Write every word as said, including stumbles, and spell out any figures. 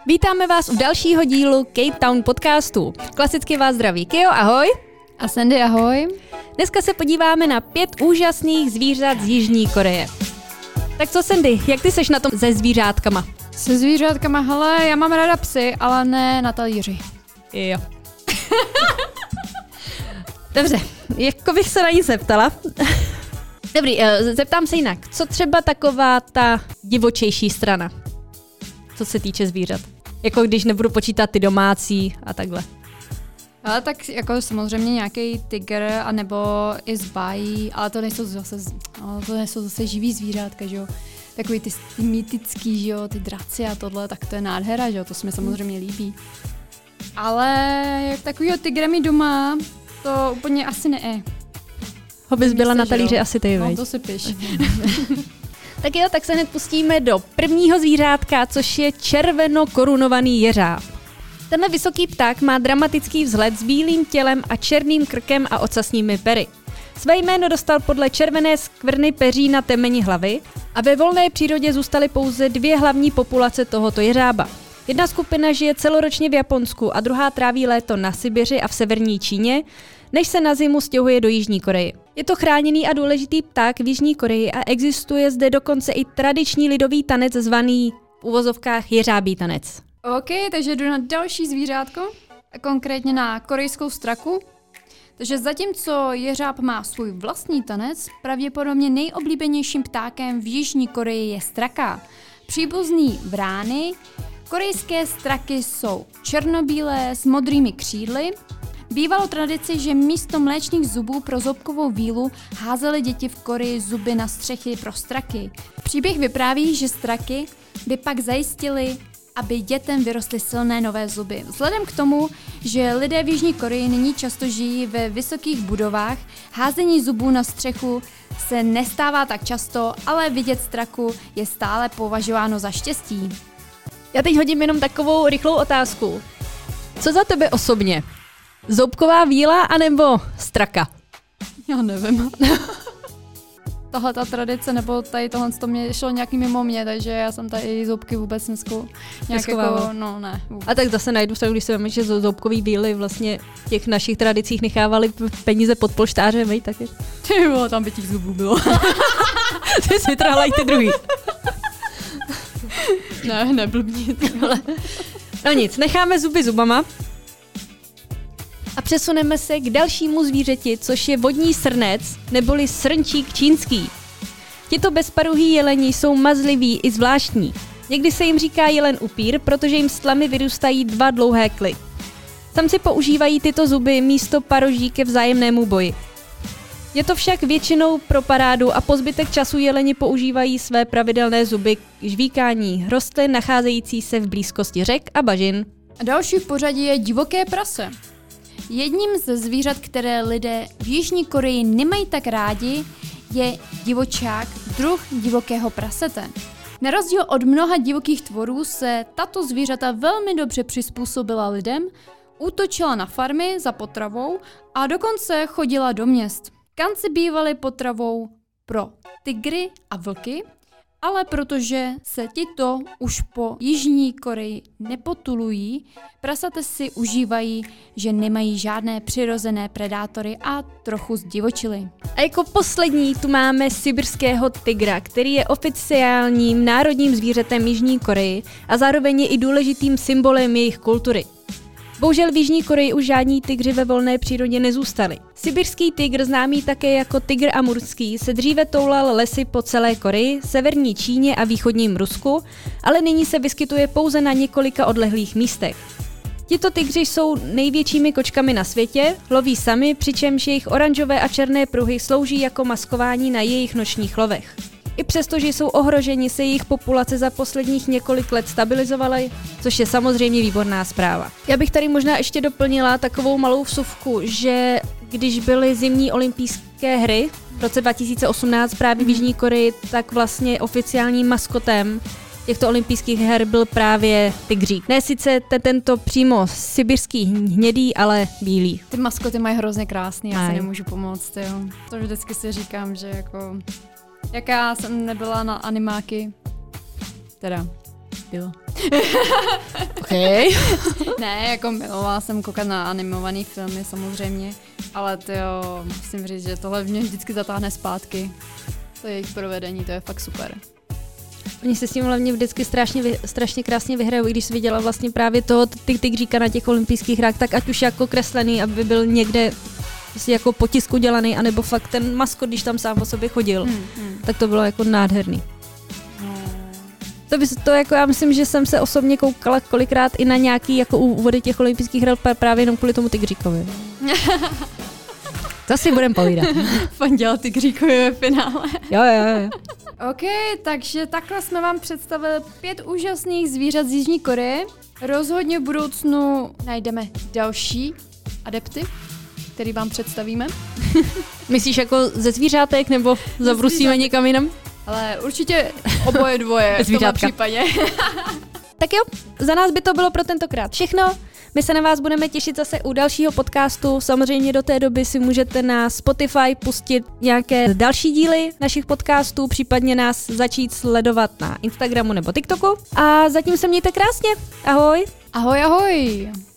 Vítáme vás u dalšího dílu Cape Town podcastu. Klasicky vás zdraví Kio, ahoj. A Sandy, ahoj. Dneska se podíváme na pět úžasných zvířat z Jižní Koreje. Tak co, Sandy, jak ty seš na tom se zvířátkama? Se zvířátkama, hele, já mám ráda psy, ale ne na talíři. Jo. Dobře, jako bych se na ní zeptala. Dobrý, zeptám se jinak. Co třeba taková ta divočejší strana, co se týče zvířat? Jako když nebudu počítat ty domácí a takhle. Ale tak jako samozřejmě nějaký tygr, anebo i zbají, ale to nejsou zase, ale to nejsou zase živý zvířátka, že jo. Takový ty, ty mýtický, že jo, ty draci a tohle, tak to je nádhera, že jo, to se mi samozřejmě líbí. Ale jak takovýho tygra mi doma, to úplně asi ne. Ho bys byla na talíři asi ty, no, veď? to si piš. Tak jo, tak se hned pustíme do prvního zvířátka, což je červenokorunovaný jeřáb. Tenhle vysoký pták má dramatický vzhled s bílým tělem a černým krkem a ocasními pery. Své jméno dostal podle červené skvrny peří na temeni hlavy a ve volné přírodě zůstaly pouze dvě hlavní populace tohoto jeřába. Jedna skupina žije celoročně v Japonsku a druhá tráví léto na Sibiři a v severní Číně, než se na zimu stěhuje do Jižní Koreje. Je to chráněný a důležitý pták v Jižní Koreji a existuje zde dokonce i tradiční lidový tanec zvaný v uvozovkách jeřábí tanec. OK, takže jdu na další zvířátko, a konkrétně na korejskou straku. Takže zatímco jeřáb má svůj vlastní tanec, pravděpodobně nejoblíbenějším ptákem v Jižní Koreji je straka. Příbuzný vrány, korejské straky jsou černobílé s modrými křídly. Bývalo tradici, že místo mléčných zubů pro zoubkovou vílu házely děti v Koreji zuby na střechy pro straky. Příběh vypráví, že straky by pak zajistily, aby dětem vyrostly silné nové zuby. Vzhledem k tomu, že lidé v Jižní Koreji nyní často žijí ve vysokých budovách, házení zubů na střechu se nestává tak často, ale vidět straku je stále považováno za štěstí. Já teď hodím jenom takovou rychlou otázku. Co za tebe osobně? Zoubková víla anebo straka? Já nevím. Tahle ta tradice nebo tady tohle to mě šlo nějak mimo mě, takže já jsem tady zoubky vůbec nesku. Nějak jako, no ne. Vůbec. A tak zase na jednu stranu, když se víme, že zoubkový víly vlastně v těch našich tradicích nechávali peníze pod polštářem, vej, tak je. Ty bylo, tam by těch zubů bylo. Ty jsi vytrhla i ty druhý. Ne, neblbni. No nic, necháme zuby zubama. A přesuneme se k dalšímu zvířeti, což je vodní srnec, neboli srnčík čínský. Tito bezparuhý jeleni jsou mazliví i zvláštní. Někdy se jim říká jelen upír, protože jim z tlamy vyrůstají dva dlouhé kly. Samci používají tyto zuby místo paroží ke vzájemnému boji. Je to však většinou pro parádu a po zbytek času jeleni používají své pravidelné zuby k žvíkání rostlin nacházející se v blízkosti řek a bažin. A další v pořadí je divoké prase. Jedním ze zvířat, které lidé v Jižní Koreji nemají tak rádi, je divočák, druh divokého prasete. Na rozdíl od mnoha divokých tvorů se tato zvířata velmi dobře přizpůsobila lidem, útočila na farmy za potravou a dokonce chodila do měst. Kanci bývaly potravou pro tygry a vlky, ale protože se tito už po Jižní Koreji nepotulují, prasata si užívají, že nemají žádné přirozené predátory a trochu zdivočili. A jako poslední tu máme sibirského tygra, který je oficiálním národním zvířetem Jižní Koreji a zároveň je i důležitým symbolem jejich kultury. Bohužel v Jižní Koreji už žádní tygři ve volné přírodě nezůstali. Sibirský tygr, známý také jako tygr amurský, se dříve toulal lesy po celé Koreji, severní Číně a východním Rusku, ale nyní se vyskytuje pouze na několika odlehlých místech. Tito tygři jsou největšími kočkami na světě, loví sami, přičemž jejich oranžové a černé pruhy slouží jako maskování na jejich nočních lovech. I přesto, že jsou ohroženi, se jejich populace za posledních několik let stabilizovaly, což je samozřejmě výborná zpráva. Já bych tady možná ještě doplnila takovou malou vsuvku, že když byly zimní olympijské hry v roce dva tisíce osmnáct právě v Jižní Koreji, tak vlastně oficiálním maskotem těchto olympijských her byl právě tygřík. Ne sice ten, tento přímo sibirský hnědý, ale bílý. Ty maskoty mají hrozně krásný, já si nemůžu pomoct, jo. To vždycky si říkám, že jako... Jaká jsem nebyla na animáky, teda bylo. Okay. Ne, jako milovala jsem koukat na animovaný filmy samozřejmě, ale to jo, musím říct, že tohle mě vždycky zatáhne zpátky. To jejich provedení, to je fakt super. Oni se s tím hlavně vždycky strašně, strašně krásně vyhrajou, i když jsi viděla vlastně právě toho ty tygříka na těch olympijských hrách, tak ať už jako kreslený, aby byl někde jako po tisku dělaný, anebo fakt ten maskot, když tam sám o sobě chodil, hmm, hmm. tak to bylo jako nádherný. To by to jako, já myslím, že jsem se osobně koukala kolikrát i na nějaký jako úvody těch olympijských her právě jenom kvůli tomu tygříkovi. To si budem povídat. Fandila tygříkovi ve finále. Jo, jo, jo. OK, takže takhle jsme vám představili pět úžasných zvířat z Jižní Koreje. Rozhodně v budoucnu najdeme další adepty, který vám představíme. Myslíš jako ze zvířátek nebo zabrusíme někam jinam? Ale určitě oboje dvoje v tomhle případě. Tak jo, za nás by to bylo pro tentokrát všechno. My se na vás budeme těšit zase u dalšího podcastu. Samozřejmě do té doby si můžete na Spotify pustit nějaké další díly našich podcastů, případně nás začít sledovat na Instagramu nebo TikToku. A zatím se mějte krásně. Ahoj. Ahoj, ahoj.